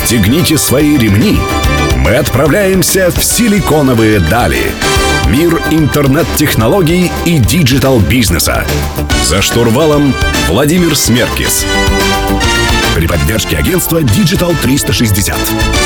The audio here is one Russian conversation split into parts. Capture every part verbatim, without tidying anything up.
Расстегните свои ремни. Мы отправляемся в силиконовые дали. Мир интернет-технологий и диджитал-бизнеса. За штурвалом Владимир Смеркис. При поддержке агентства Digital триста шестьдесят.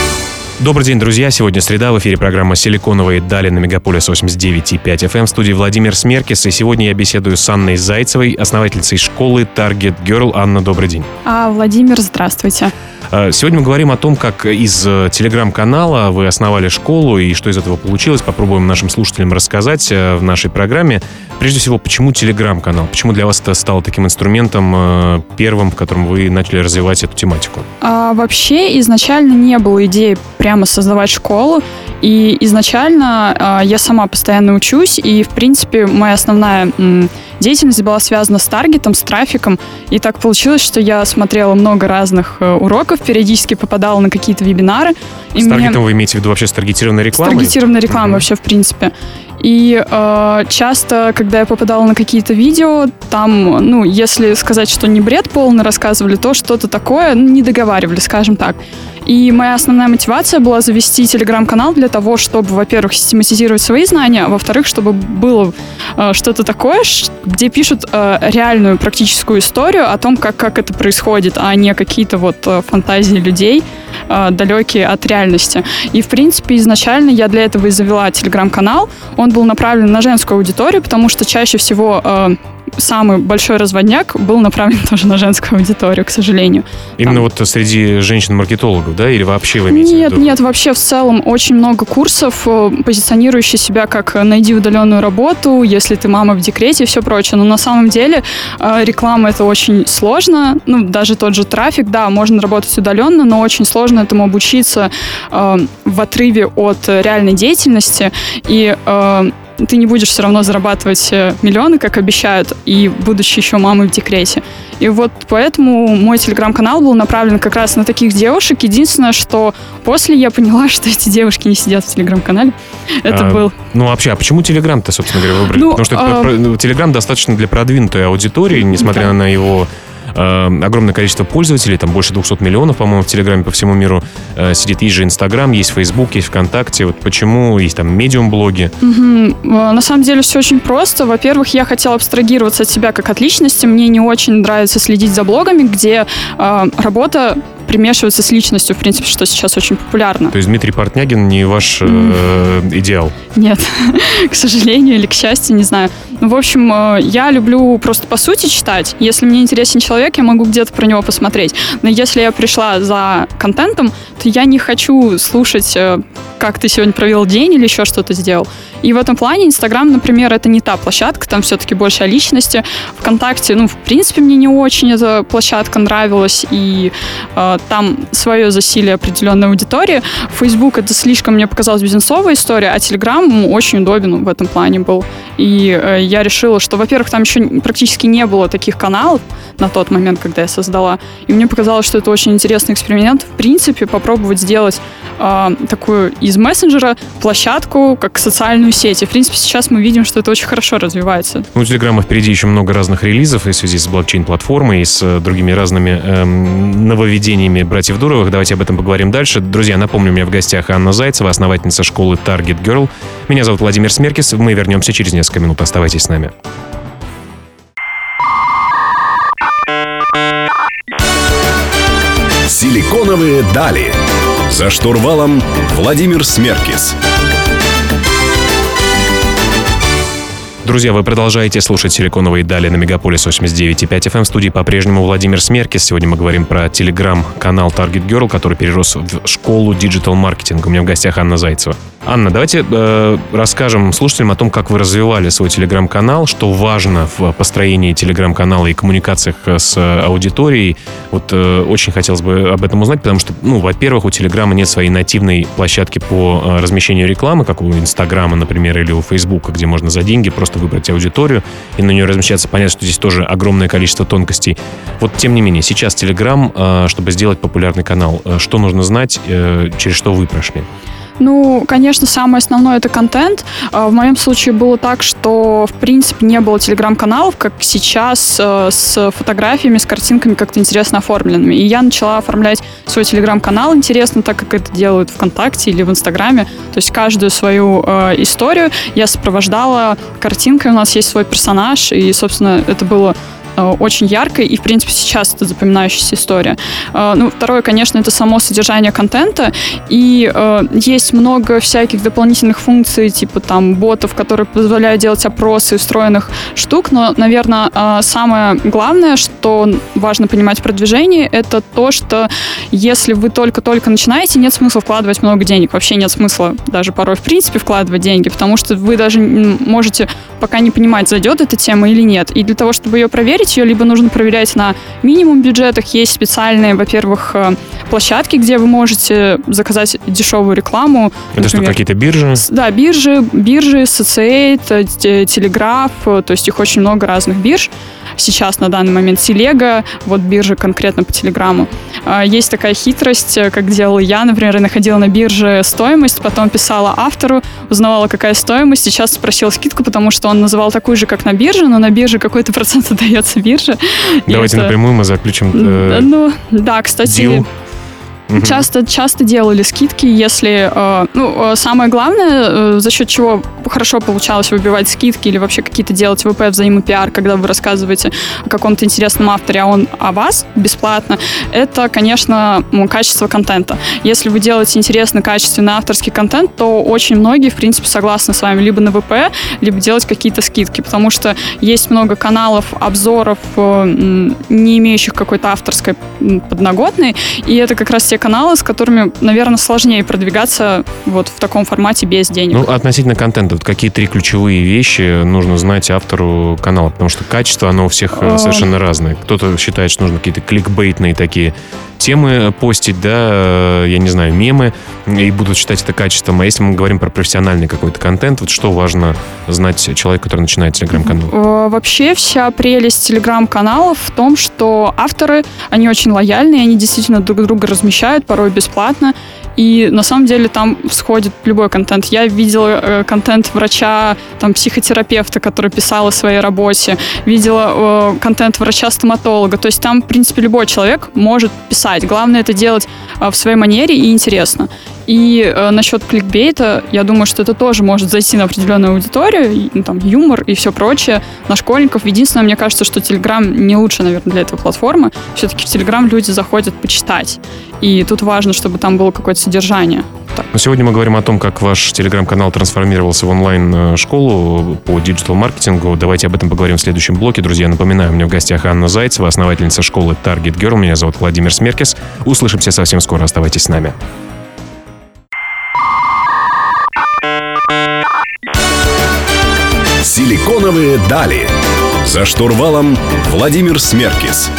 Добрый день, друзья. Сегодня среда. В эфире программа «Силиконовые дали» на Мегаполис восемьдесят девять и пять эф эм. В студии Владимир Смеркис. И сегодня я беседую с Анной Зайцевой, основательницей школы Target Girl. Анна, добрый день. А, Владимир, здравствуйте. Сегодня мы говорим о том, как из телеграм-канала вы основали школу и что из этого получилось. Попробуем нашим слушателям рассказать в нашей программе. Прежде всего, почему телеграм-канал? Почему для вас это стало таким инструментом первым, в котором вы начали развивать эту тематику? А, вообще, изначально не было идеи прямо создавать школу. И изначально а, я сама постоянно учусь. И, в принципе, моя основная м, деятельность была связана с таргетом, с трафиком. И так получилось, что я смотрела много разных э, уроков, периодически попадала на какие-то вебинары. С таргетом мне... вы имеете в виду вообще с таргетированной рекламой? С таргетированной рекламой mm-hmm. вообще, в принципе. И э, часто, когда я попадала на какие-то видео, там, ну, если сказать, что не бред полный рассказывали, то что-то такое, ну, не договаривали, скажем так. И моя основная мотивация была завести телеграм-канал для того, чтобы, во-первых, систематизировать свои знания, а во-вторых, чтобы было э, что-то такое, где пишут э, реальную практическую историю о том, как, как это происходит, а не какие-то вот э, фантазии людей, э, далекие от реальности. И, в принципе, изначально я для этого и завела телеграм-канал. Он был направлен на женскую аудиторию, потому что чаще всего э, самый большой разводняк был направлен тоже на женскую аудиторию, к сожалению. Именно Там. вот среди женщин-маркетологов, да? Или вообще вы имеете Нет, в виду? нет, вообще в целом очень много курсов, позиционирующих себя как «найди удаленную работу», «если ты мама в декрете» и все прочее. Но на самом деле реклама — это очень сложно. Ну, даже тот же трафик, да, можно работать удаленно, но очень сложно этому обучиться э, в отрыве от реальной деятельности. И э, ты не будешь все равно зарабатывать миллионы, как обещают, и будучи еще мамой в декрете. И вот поэтому мой телеграм-канал был направлен как раз на таких девушек. Единственное, что после я поняла, что эти девушки не сидят в телеграм-канале. Это а, был... Ну, вообще, а почему телеграм-то, собственно говоря, выбрали? Ну, Потому что а... это, телеграм достаточно для продвинутой аудитории, несмотря да. на его... огромное количество пользователей, там больше двухсот миллионов, по-моему, в Телеграме по всему миру э, сидит. Есть же Инстаграм, есть Фейсбук, есть ВКонтакте. Вот почему есть там медиум-блоги? Угу. На самом деле все очень просто. Во-первых, я хотела абстрагироваться от себя как от личности. Мне не очень нравится следить за блогами, где э, работа примешивается с личностью, в принципе, что сейчас очень популярно. То есть Дмитрий Портнягин не ваш э, идеал? Нет, к сожалению или к счастью, не знаю. Ну, в общем, э, я люблю просто по сути читать. Если мне интересен человек, я могу где-то про него посмотреть. Но если я пришла за контентом, то я не хочу слушать, э, как ты сегодня провел день или еще что-то сделал. И в этом плане Инстаграм, например, это не та площадка, там все-таки больше о личности. ВКонтакте, ну, в принципе, мне не очень эта площадка нравилась, и э, там свое засилие определенной аудитории. Фейсбук — это слишком, мне показалась, бизнесовая история, а Телеграм очень удобен в этом плане был. И э, я решила, что, во-первых, там еще практически не было таких каналов на тот момент, когда я создала. И мне показалось, что это очень интересный эксперимент. В принципе, попробовать сделать э, такую из мессенджера площадку, как социальную сеть. И, в принципе, сейчас мы видим, что это очень хорошо развивается. Ну, у Телеграма впереди еще много разных релизов и в связи с блокчейн-платформой, и с другими разными эм, нововведениями братьев Дуровых. Давайте об этом поговорим дальше. Друзья, напомню, у меня в гостях Анна Зайцева, основательница школы Target Girl. Меня зовут Владимир Смеркис. Мы вернемся через несколько минут. Оставайтесь с нами. Силиконовые дали. За штурвалом Владимир Смеркис. Друзья, вы продолжаете слушать «Силиконовые дали» на Мегаполис восемьдесят девять и пять эф эм. В студии по-прежнему Владимир Смеркис. Сегодня мы говорим про телеграм-канал Target Girl, который перерос в школу диджитал-маркетинга. У меня в гостях Анна Зайцева. Анна, давайте э, расскажем слушателям о том, как вы развивали свой телеграм-канал, что важно в построении телеграм-канала и коммуникациях с аудиторией. Вот э, очень хотелось бы об этом узнать, потому что, ну, во-первых, у Телеграма нет своей нативной площадки по э, размещению рекламы, как у Инстаграма, например, или у Фейсбука, где можно за деньги просто выбрать аудиторию и на нее размещаться. Понятно, что здесь тоже огромное количество тонкостей. Вот, тем не менее, сейчас Телеграм, э, чтобы сделать популярный канал, э, что нужно знать, э, через что вы прошли? Ну, конечно, самое основное — это контент. В моем случае было так, что, в принципе, не было телеграм-каналов, как сейчас, с фотографиями, с картинками как-то интересно оформленными. И я начала оформлять свой телеграм-канал интересно, так как это делают ВКонтакте или в Инстаграме. То есть каждую свою э, историю я сопровождала картинкой. У нас есть свой персонаж, и, собственно, это было очень яркой, и, в принципе, сейчас это запоминающаяся история. Ну, второе, конечно, это само содержание контента, и э, есть много всяких дополнительных функций, типа там ботов, которые позволяют делать опросы встроенных штук, но, наверное, э, самое главное, что важно понимать в продвижении, это то, что если вы только-только начинаете, нет смысла вкладывать много денег, вообще нет смысла даже порой, в принципе, вкладывать деньги, потому что вы даже можете пока не понимать, зайдет эта тема или нет, и для того, чтобы ее проверить, ее либо нужно проверять на минимум бюджетах. Есть специальные, во-первых, площадки, где вы можете заказать дешевую рекламу. Это например, что, какие-то биржи? Да, биржи, биржи, Социэйт, Телеграф, то есть их очень много разных бирж. Сейчас на данный момент Телега, вот биржа конкретно по Телеграму. Есть такая хитрость, как делала я, например, я находила на бирже стоимость, потом писала автору, узнавала, какая стоимость, сейчас спросила скидку, потому что он называл такую же, как на бирже, но на бирже какой-то процент отдается бирже. Давайте это... напрямую мы заключим э... Ну, да, кстати... Deal. Часто, часто делали скидки, если... Э, ну, самое главное, э, за счет чего хорошо получалось выбивать скидки или вообще какие-то делать ВП, взаимопиар, когда вы рассказываете о каком-то интересном авторе, а он о вас бесплатно, это, конечно, качество контента. Если вы делаете интересный, качественный авторский контент, то очень многие, в принципе, согласны с вами либо на ВП, либо делать какие-то скидки, потому что есть много каналов, обзоров, э, не имеющих какой-то авторской подноготной, и это как раз те каналы, с которыми, наверное, сложнее продвигаться вот в таком формате без денег. Ну, относительно контента, вот какие три ключевые вещи нужно знать автору канала? Потому что качество, оно у всех совершенно разное. Кто-то считает, что нужно какие-то кликбейтные такие темы постить, да, я не знаю, мемы, и будут считать это качеством. А если мы говорим про профессиональный какой-то контент, вот что важно знать человеку, который начинает телеграм-канал? Вообще вся прелесть телеграм-каналов в том, что авторы, они очень лояльные, они действительно друг друга размещают, порой бесплатно, и на самом деле там всходит любой контент. Я видела э, контент врача, там, психотерапевта, который писал о своей работе, видела э, контент врача-стоматолога, то есть там, в принципе, любой человек может писать. Главное это делать э, в своей манере и интересно. И э, насчет кликбейта, я думаю, что это тоже может зайти на определенную аудиторию, и, ну, там, юмор и все прочее, на школьников. Единственное, мне кажется, что Телеграм не лучше, наверное, для этого платформы. Все-таки в Телеграм люди заходят почитать. И тут важно, чтобы там было какое-то содержание. Так. Но сегодня мы говорим о том, как ваш телеграм-канал трансформировался в онлайн-школу по диджитал-маркетингу. Давайте об этом поговорим в следующем блоке. Друзья, напоминаю, у меня в гостях Анна Зайцева, основательница школы Target Girl. Меня зовут Владимир Смеркис. Услышимся совсем скоро. Оставайтесь с нами. Силиконовые дали. За штурвалом Владимир Смеркис.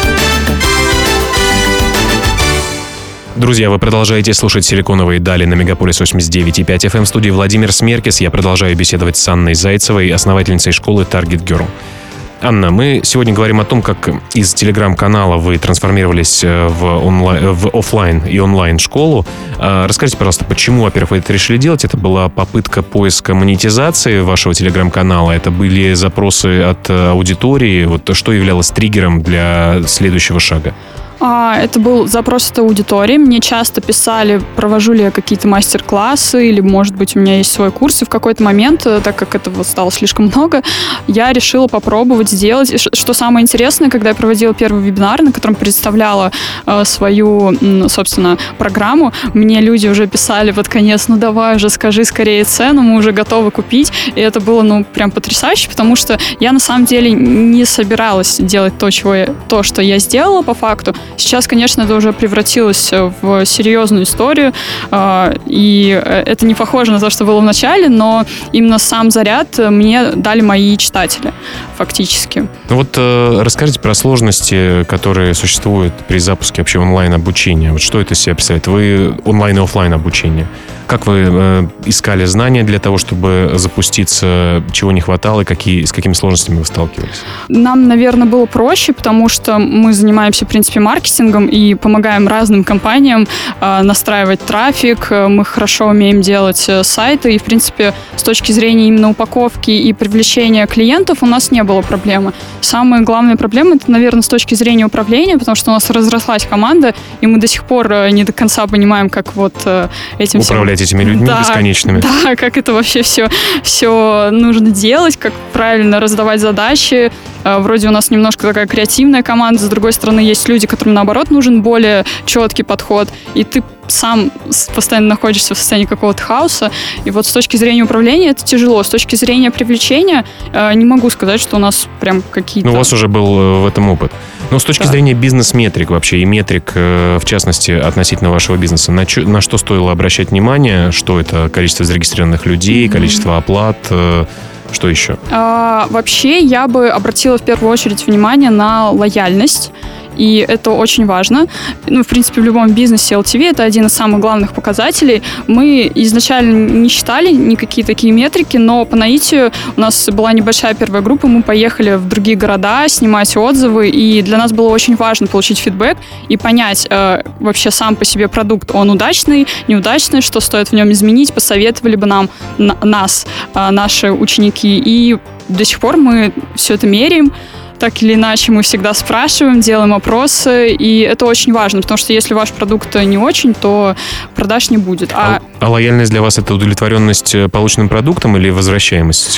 Друзья, вы продолжаете слушать «Силиконовые дали» на Мегаполис восемьдесят девять и пять эф эм. В студии Владимир Смеркис. Я продолжаю беседовать с Анной Зайцевой, основательницей школы Target Girl. Анна, мы сегодня говорим о том, как из телеграм-канала вы трансформировались в, онлайн, в офлайн и онлайн-школу. Расскажите, пожалуйста, почему, во-первых, вы это решили делать? Это была попытка поиска монетизации вашего телеграм-канала? Это были запросы от аудитории? Вот что являлось триггером для следующего шага? Это был запрос от аудитории. Мне часто писали, провожу ли я какие-то мастер-классы, или, может быть, у меня есть свой курс. И в какой-то момент, так как этого стало слишком много, я решила попробовать сделать. Что самое интересное, когда я проводила первый вебинар, на котором представляла э, свою, собственно, программу, мне люди уже писали под конец: ну давай уже, скажи скорее цену, мы уже готовы купить. И это было, ну, прям потрясающе, потому что я на самом деле не собиралась делать то, чего я, то, что я сделала по факту. Сейчас, конечно, это уже превратилось в серьезную историю, и это не похоже на то, что было в начале, но именно сам заряд мне дали мои читатели, фактически. Ну вот расскажите про сложности, которые существуют при запуске вообще онлайн-обучения. Вот что это из себя представляет? Вы онлайн и офлайн обучение. как вы э, искали знания для того, чтобы запуститься, чего не хватало, и какие, с какими сложностями вы сталкивались? Нам, наверное, было проще, потому что мы занимаемся, в принципе, маркетингом и помогаем разным компаниям э, настраивать трафик. Мы хорошо умеем делать э, сайты, и, в принципе, с точки зрения именно упаковки и привлечения клиентов у нас не было проблемы. Самая главная проблема — это, наверное, с точки зрения управления, потому что у нас разрослась команда, и мы до сих пор э, не до конца понимаем, как вот э, этим Управлять всем... этими людьми да, бесконечными. Да, как это вообще все, все нужно делать, как правильно раздавать задачи. Вроде у нас немножко такая креативная команда, с другой стороны есть люди, которым, наоборот, нужен более четкий подход, и ты сам постоянно находишься в состоянии какого-то хаоса, и вот с точки зрения управления это тяжело, с точки зрения привлечения не могу сказать, что у нас прям какие-то... Ну, у вас уже был в этом опыт. Но с точки да. зрения бизнес-метрик вообще, и метрик, в частности, относительно вашего бизнеса, на, чё, на что стоило обращать внимание? Что это? Количество зарегистрированных людей, mm-hmm. количество оплат... Что еще? А, вообще, я бы обратила в первую очередь внимание на лояльность. И это очень важно. Ну, в принципе, в любом бизнесе эл ти ви это один из самых главных показателей. Мы изначально не считали никакие такие метрики, но по наитию у нас была небольшая первая группа, мы поехали в другие города снимать отзывы, и для нас было очень важно получить фидбэк и понять э, вообще сам по себе продукт, он удачный, неудачный, что стоит в нем изменить, посоветовали бы нам, на, нас, э, наши ученики. И до сих пор мы все это меряем. Так или иначе, мы всегда спрашиваем, делаем опросы, и это очень важно, потому что если ваш продукт не очень, то продаж не будет. А, а лояльность для вас — это удовлетворенность полученным продуктом или возвращаемость?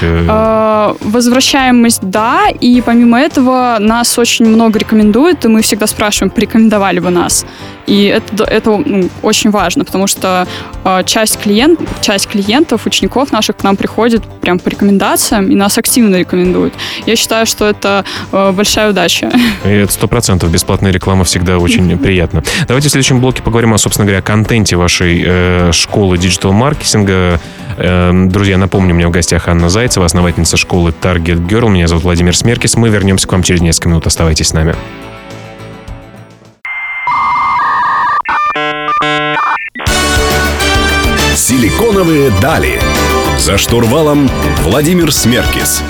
Э, возвращаемость, да, и помимо этого нас очень много рекомендуют, и мы всегда спрашиваем, порекомендовали бы нас. И это, это ну, очень важно, потому что э, часть, клиент, часть клиентов, учеников наших к нам приходит прям по рекомендациям, и нас активно рекомендуют. Я считаю, что это э, большая удача. И это сто процентов. Бесплатная реклама всегда очень приятно. Давайте в следующем блоке поговорим о, собственно говоря, контенте вашей э, школы диджитал-маркетинга. Э, друзья, напомню, у меня в гостях Анна Зайцева, основательница школы Target Girl. Меня зовут Владимир Смеркис. Мы вернемся к вам через несколько минут. Оставайтесь с нами. Силиконовые дали. За штурвалом Владимир Смеркис.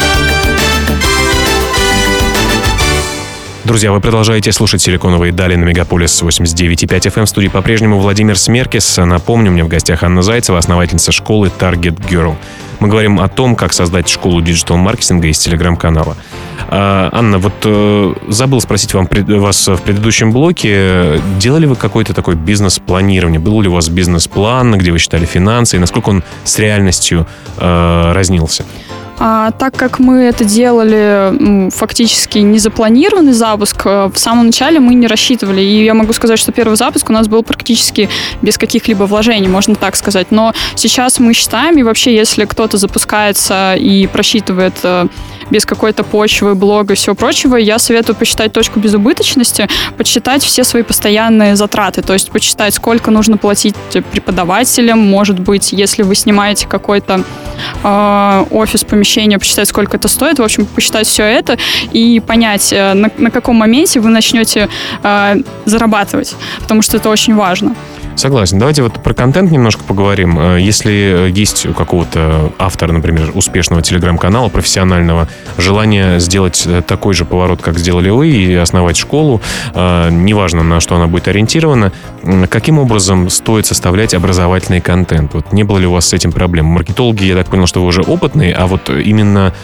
Друзья, вы продолжаете слушать «Силиконовые дали» на Мегаполис восемьдесят девять и пять эф эм. В студии по-прежнему Владимир Смеркис. Напомню, у меня в гостях Анна Зайцева, основательница школы Target Girl. Мы говорим о том, как создать школу диджитал-маркетинга из телеграм-канала. А, Анна, вот э, забыл спросить вам, пред, вас в предыдущем блоке, делали вы какое-то такое бизнес-планирование? Был ли у вас бизнес-план, где вы считали финансы, и насколько он с реальностью э, разнился? А, так как мы это делали ну, фактически незапланированный запуск, в самом начале мы не рассчитывали. И я могу сказать, что первый запуск у нас был практически без каких-либо вложений, можно так сказать. Но сейчас мы считаем, и вообще, если кто-то запускается и просчитывает без какой-то почвы, блога и всего прочего, я советую посчитать точку безубыточности, подсчитать все свои постоянные затраты, то есть посчитать, сколько нужно платить преподавателям, может быть, если вы снимаете какой-то э, офис, помещение, посчитать, сколько это стоит, в общем, посчитать все это и понять, э, на, на каком моменте вы начнете э, зарабатывать, потому что это очень важно. Согласен. Давайте вот про контент немножко поговорим. Если есть у какого-то автора, например, успешного телеграм-канала, профессионального, желание сделать такой же поворот, как сделали вы, и основать школу, неважно, на что она будет ориентирована, каким образом стоит составлять образовательный контент? Вот не было ли у вас с этим проблем? Маркетологи, я так понял, что вы уже опытные, а вот именно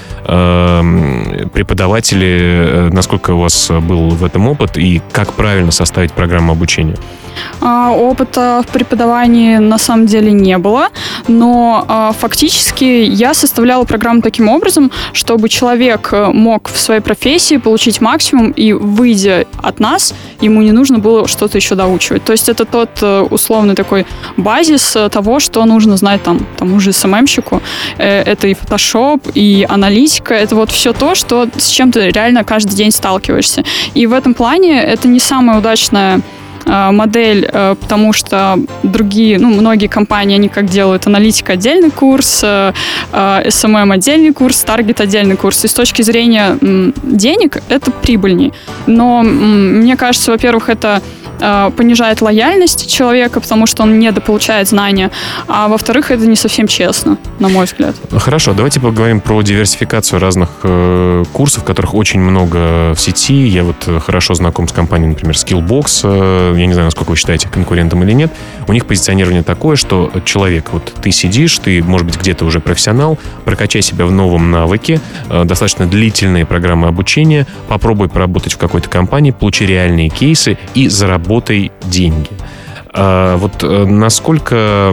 э, преподаватели, насколько у вас был в этом опыт, и как правильно составить программу обучения? А, опыта в преподавании на самом деле не было, но а, фактически я составляла программу таким образом, чтобы человек мог в своей профессии получить максимум, и, выйдя от нас, ему не нужно было что-то еще доучивать. То есть это тот условный такой базис того, что нужно знать там, тому же эс эм эм-щику. Это и Photoshop, и аналитика, это вот все то, что, с чем ты реально каждый день сталкиваешься. И в этом плане это не самая удачная модель, потому что другие, ну, многие компании, они как делают: аналитика — отдельный курс, эс эм эм — отдельный курс, таргет — отдельный курс. И с точки зрения денег это прибыльнее. Но мне кажется, во-первых, это э, понижает лояльность человека, потому что он недополучает знания, а во-вторых, это не совсем честно, на мой взгляд. Хорошо, давайте поговорим про диверсификацию разных э, курсов, которых очень много в сети. Я вот хорошо знаком с компанией, например, Skillbox. Э, я не знаю, насколько вы считаете конкурентом или нет. У них позиционирование такое, что человек, вот ты сидишь, ты, может быть, где-то уже профессионал, прокачай себя в новом навыке, э, достаточно длительные программы обучения, попробуй поработать в какой-то компании, получи реальные кейсы и заработай деньги. А вот э, насколько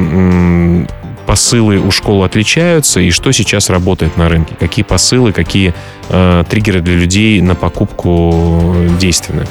м, посылы у школ отличаются и что сейчас работает на рынке? Какие посылы, какие э, триггеры для людей на покупку действенны?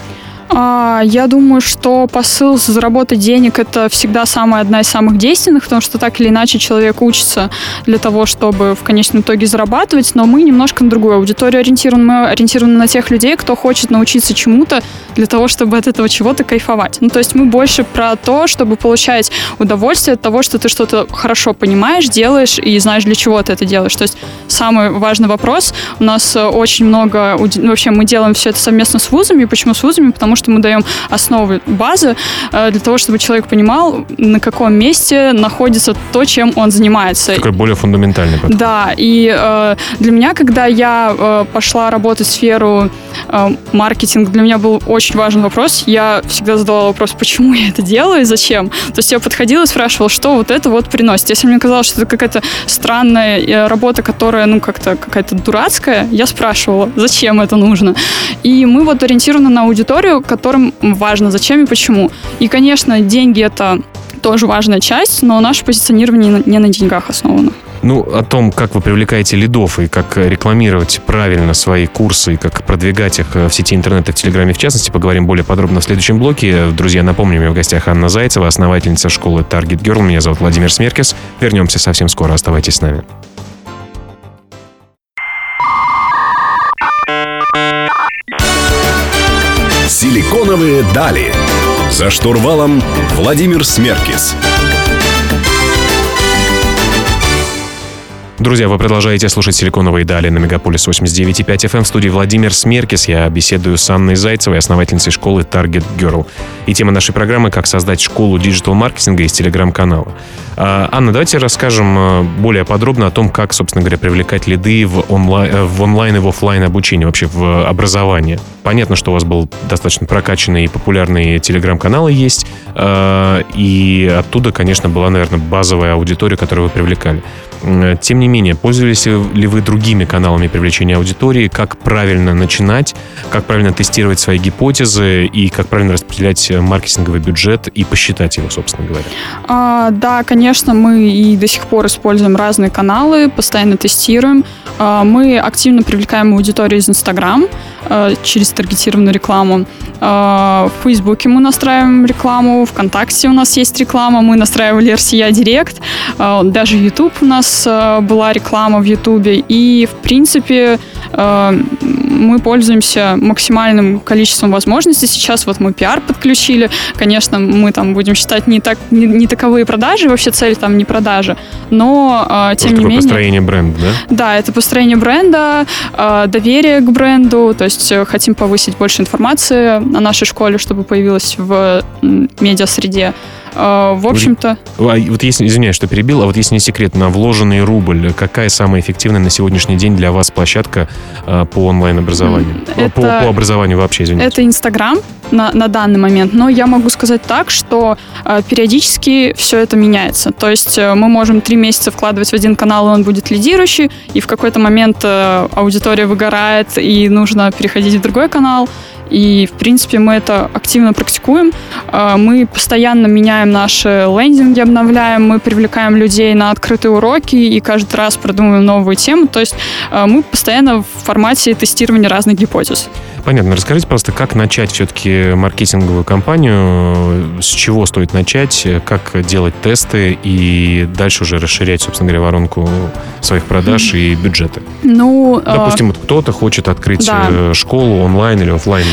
Я думаю, что посыл заработать денег — это всегда самая одна из самых действенных, потому что так или иначе человек учится для того, чтобы в конечном итоге зарабатывать, но мы немножко на другую аудиторию ориентированы. Мы ориентированы на тех людей, кто хочет научиться чему-то для того, чтобы от этого чего-то кайфовать. Ну, то есть мы больше про то, чтобы получать удовольствие от того, что ты что-то хорошо понимаешь, делаешь и знаешь, для чего ты это делаешь. То есть самый важный вопрос. У нас очень много... Вообще мы делаем все это совместно с вузами. Почему с вузами? Потому что мы даем основы, базы э, для того, чтобы человек понимал, на каком месте находится то, чем он занимается. Такой более фундаментальный подход. Да, и э, для меня, когда я э, пошла работать в сферу э, маркетинга, для меня был очень важный вопрос. Я всегда задавала вопрос, почему я это делаю и зачем. То есть я подходила и спрашивала, что вот это вот приносит. Если мне казалось, что это какая-то странная работа, которая, ну, как-то какая-то дурацкая, я спрашивала, зачем это нужно. И мы вот ориентированы на аудиторию, которым важно, зачем и почему. И, конечно, деньги — это тоже важная часть, но наше позиционирование не на деньгах основано. Ну, о том, как вы привлекаете лидов и как рекламировать правильно свои курсы, и как продвигать их в сети интернета, в Телеграме в частности, поговорим более подробно в следующем блоке. Друзья, напомню, у меня в гостях Анна Зайцева, основательница школы Target Girl. Меня зовут Владимир Смеркис. Вернемся совсем скоро. Оставайтесь с нами. Силиконовые дали. За штурвалом Владимир Смеркис. Друзья, вы продолжаете слушать «Силиконовые дали» на Мегаполис восемьдесят девять и пять эф эм. В студии Владимир Смеркис. Я беседую с Анной Зайцевой, основательницей школы Target Girl. И тема нашей программы — как создать школу диджитал-маркетинга из Телеграм-канала. Анна, давайте расскажем более подробно о том, как, собственно говоря, привлекать лиды в онлайн, в онлайн и в офлайн обучение, вообще в образование. Понятно, что у вас был достаточно прокачанный и популярный Телеграм-канал есть, и оттуда, конечно, была, наверное, базовая аудитория, которую вы привлекали. Тем не менее, пользовались ли вы другими каналами привлечения аудитории? Как правильно начинать? Как правильно тестировать свои гипотезы? И как правильно распределять маркетинговый бюджет и посчитать его, собственно говоря? А, да, конечно, мы и до сих пор используем разные каналы, постоянно тестируем. А, мы активно привлекаем аудиторию из Инстаграм а, через таргетированную рекламу. А, в Фейсбуке мы настраиваем рекламу, ВКонтакте у нас есть реклама, мы настраивали эр си эй Direct, а, даже YouTube у нас была реклама в Ютубе, и, в принципе, мы пользуемся максимальным количеством возможностей. Сейчас вот мы пиар подключили. Конечно, мы там будем считать не, так, не, не таковые продажи, вообще цель там не продажи, но тем не менее... построение бренда, да? Да, это построение бренда, доверие к бренду, то есть хотим повысить больше информации о нашей школе, чтобы появилась в медиасреде. В общем-то... А вот если, извиняюсь, что перебил, а вот если не секрет, на вложенный рубль, какая самая эффективная на сегодняшний день для вас площадка а, по онлайн-образованию? Это, по, по образованию вообще, извините. Это Инстаграм на, на данный момент, но я могу сказать так, что а, периодически все это меняется. То есть а, мы можем три месяца вкладывать в один канал, и он будет лидирующий, и в какой-то момент а, аудитория выгорает, и нужно переходить в другой канал. И, в принципе, мы это активно практикуем. Мы постоянно меняем наши лендинги, обновляем, мы привлекаем людей на открытые уроки и каждый раз продумываем новую тему. То есть мы постоянно в формате тестирования разных гипотез. Понятно. Расскажите просто, как начать все-таки маркетинговую кампанию, с чего стоит начать, как делать тесты и дальше уже расширять, собственно говоря, воронку своих продаж и бюджета. Ну, Допустим, вот кто-то хочет открыть да. школу онлайн или офлайн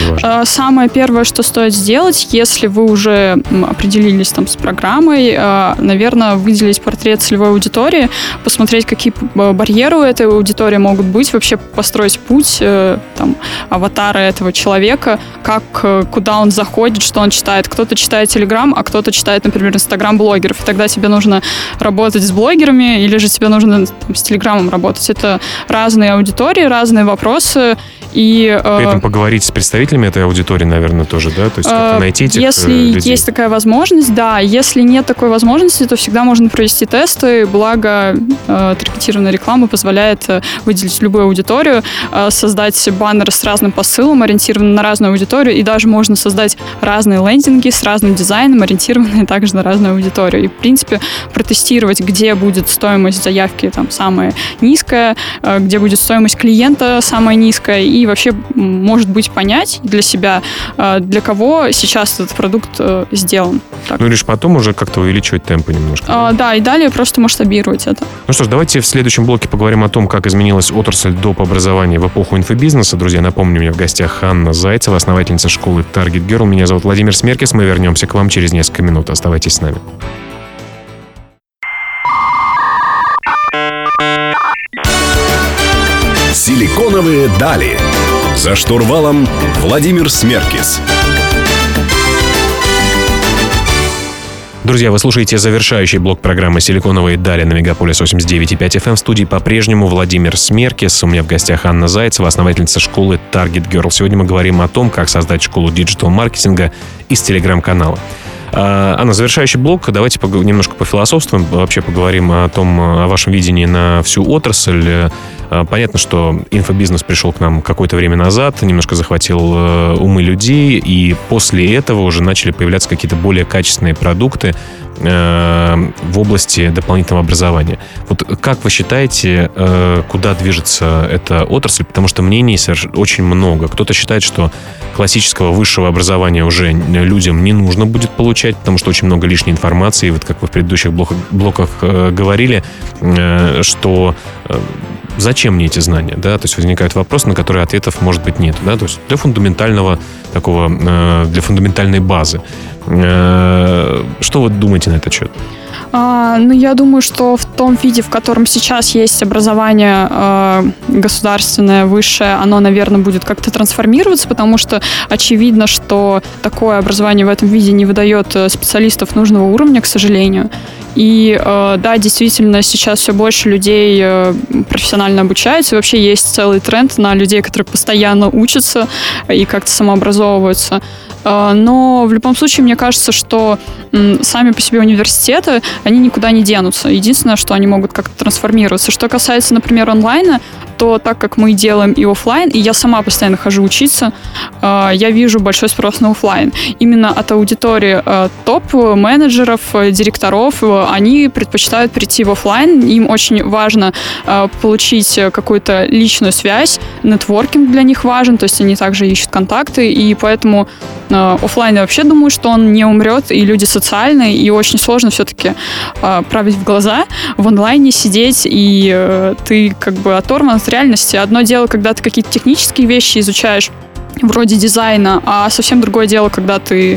важно? Самое первое, что стоит сделать, если вы уже определились там с программой, наверное, выделить портрет целевой аудитории, посмотреть, какие барьеры у этой аудитории могут быть, вообще построить путь там, аватара этого человека, как, куда он заходит, что он читает. Кто-то читает Telegram, а кто-то читает, например, Instagram-блогеров. И тогда тебе нужно работать с блогерами или же тебе нужно там, с Телеграмом работать. Это разные аудитории, разные вопросы. И, При этом поговорить с представителями этой аудитории, наверное, тоже, да? То есть как-то найти этих Если людей. есть такая возможность, да. Если нет такой возможности, то всегда можно провести тесты. Благо, э, таргетированная реклама позволяет выделить любую аудиторию, э, создать баннеры с разным посылом, ориентированные на разную аудиторию, и даже можно создать разные лендинги с разным дизайном, ориентированные также на разную аудиторию. И, в принципе, протестировать, где будет стоимость заявки там, самая низкая, э, где будет стоимость клиента самая низкая, и вообще, может быть, понять для себя, для кого сейчас этот продукт сделан. Так. Ну, лишь потом уже как-то увеличивать темпы немножко. А, да, и далее просто масштабировать это. Ну что ж, давайте в следующем блоке поговорим о том, как изменилась отрасль доп. Образования в эпоху инфобизнеса. Друзья, напомню, у меня в гостях Анна Зайцева, основательница школы Target Girl. Меня зовут Владимир Смеркис. Мы вернемся к вам через несколько минут. Оставайтесь с нами. Силиконовые дали. За штурвалом Владимир Смеркис. Друзья, вы слушаете завершающий блок программы «Силиконовые дали» на Мегаполис восемьдесят девять и пять эф эм. В студии по-прежнему Владимир Смеркис. У меня в гостях Анна Зайцева, основательница школы Target Girl. Сегодня мы говорим о том, как создать школу диджитал-маркетинга из телеграм-канала. Анна, завершающий блок. Давайте немножко пофилософствуем, вообще поговорим о том, о вашем видении на всю отрасль. Понятно, что инфобизнес пришел к нам какое-то время назад, немножко захватил умы людей, и после этого уже начали появляться какие-то более качественные продукты в области дополнительного образования. Вот как вы считаете, куда движется эта отрасль? Потому что мнений очень много. Кто-то считает, что классического высшего образования уже людям не нужно будет получать, потому что очень много лишней информации. Вот как вы в предыдущих блоках, блоках говорили, что зачем мне эти знания, да, то есть возникает вопрос, на который ответов, может быть, нет, да, то есть для фундаментального такого, для фундаментальной базы. Что вы думаете на этот счет? А, ну, я думаю, что в том виде, в котором сейчас есть образование э, государственное, высшее, оно, наверное, будет как-то трансформироваться, потому что очевидно, что такое образование в этом виде не выдает специалистов нужного уровня, к сожалению. И э, да, действительно, сейчас все больше людей э, профессионально обучаются. И вообще есть целый тренд на людей, которые постоянно учатся и как-то самообразовываются. Э, но в любом случае, мне кажется, что м, сами по себе университеты, они никуда не денутся. Единственное, что они могут как-то трансформироваться. Что касается, например, онлайна, то так как мы делаем и офлайн, и я сама постоянно хожу учиться, э, я вижу большой спрос на офлайн. Именно от аудитории э, топ-менеджеров, э, директоров, э, они предпочитают прийти в офлайн. Им очень важно э, получить какую-то личную связь, нетворкинг для них важен, то есть они также ищут контакты, и поэтому э, офлайн я вообще думаю, что он не умрет, и люди социальные, и очень сложно все-таки э, править в глаза, в онлайне сидеть, и э, ты как бы оторван от реальности. Одно дело, когда ты какие-то технические вещи изучаешь, вроде дизайна, а совсем другое дело, когда ты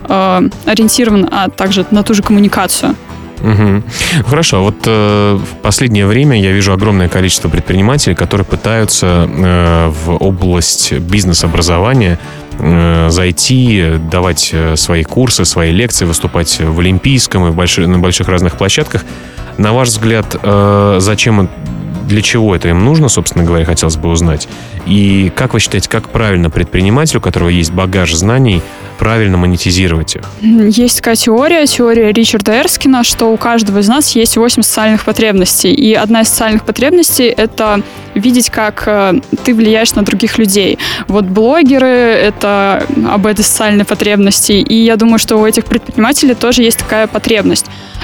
э, ориентирован а также на ту же коммуникацию. Угу. Хорошо, вот э, в последнее время я вижу огромное количество предпринимателей, которые пытаются э, в область бизнес-образования э, зайти, давать свои курсы, свои лекции, выступать в Олимпийском и в больших, на больших разных площадках. На ваш взгляд, э, зачем, для чего это им нужно, собственно говоря, хотелось бы узнать? И как вы считаете, как правильно предпринимателю, у которого есть багаж знаний, правильно монетизировать их? Есть такая теория, теория Ричарда Эрскина, что у каждого из нас есть восемь социальных потребностей. И одна из социальных потребностей — это видеть, как ты влияешь на других людей. Вот блогеры — это об этой социальной потребности. И я думаю, что у этих предпринимателей тоже есть такая потребность.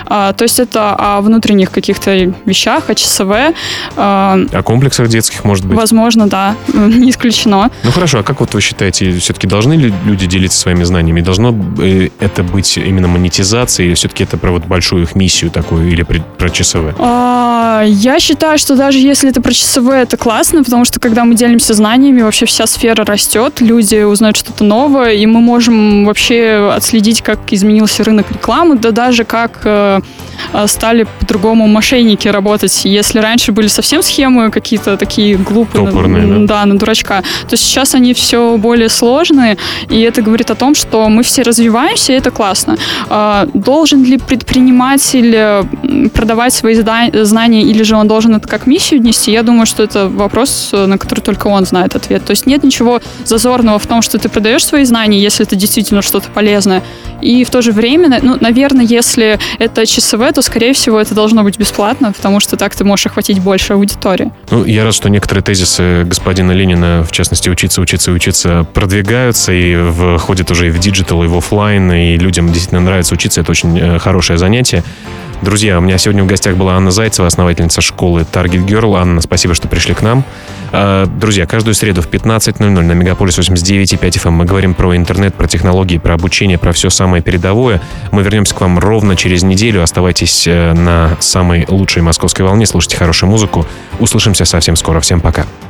А, то есть это о внутренних каких-то вещах, о ЧСВ. А, о комплексах детских, может быть? Возможно, да, не исключено. Ну хорошо, а как вот вы считаете, все-таки должны ли люди делиться своими знаниями? Должно это быть именно монетизацией, или все-таки это про вот большую их миссию такую, или про ЧСВ? А, я считаю, что даже если это про ЧСВ, это классно, потому что когда мы делимся знаниями, вообще вся сфера растет, люди узнают что-то новое, и мы можем вообще отследить, как изменился рынок рекламы, да даже как э, стали по-другому мошенники работать. Если раньше были совсем схемы какие-то такие глупые, топорные, на, да? да, на дурачка, то сейчас они все более сложные, и это говорит о том, что мы все развиваемся, и это классно. А, должен ли предприниматель продавать свои знания, или же он должен это как миссию нести? Я думаю, что это вопрос, на который только он знает ответ. То есть нет ничего зазорного в том, что ты продаешь свои знания, если это действительно что-то полезное. И в то же время, ну, наверное, если это ЧСВ, то, скорее всего, это должно быть бесплатно, потому что так ты можешь охватить больше аудитории. Ну, я рад, что некоторые тезисы господина Ленина, в частности, учиться, учиться, учиться, продвигаются и входят уже и в диджитал, и в офлайн, и людям действительно нравится учиться. Это очень хорошее занятие. Друзья, у меня сегодня в гостях была Анна Зайцева, основательница школы Target Girl. Анна, спасибо, что пришли к нам. Друзья, каждую среду в пятнадцать ноль ноль на Мегаполис восемьдесят девять и пять эф эм мы говорим про интернет, про технологии, про обучение, про все самое передовое. Мы вернемся к вам ровно через неделю. Оставайтесь на самой лучшей московской волне, слушайте хорошую музыку. Услышимся совсем скоро. Всем пока.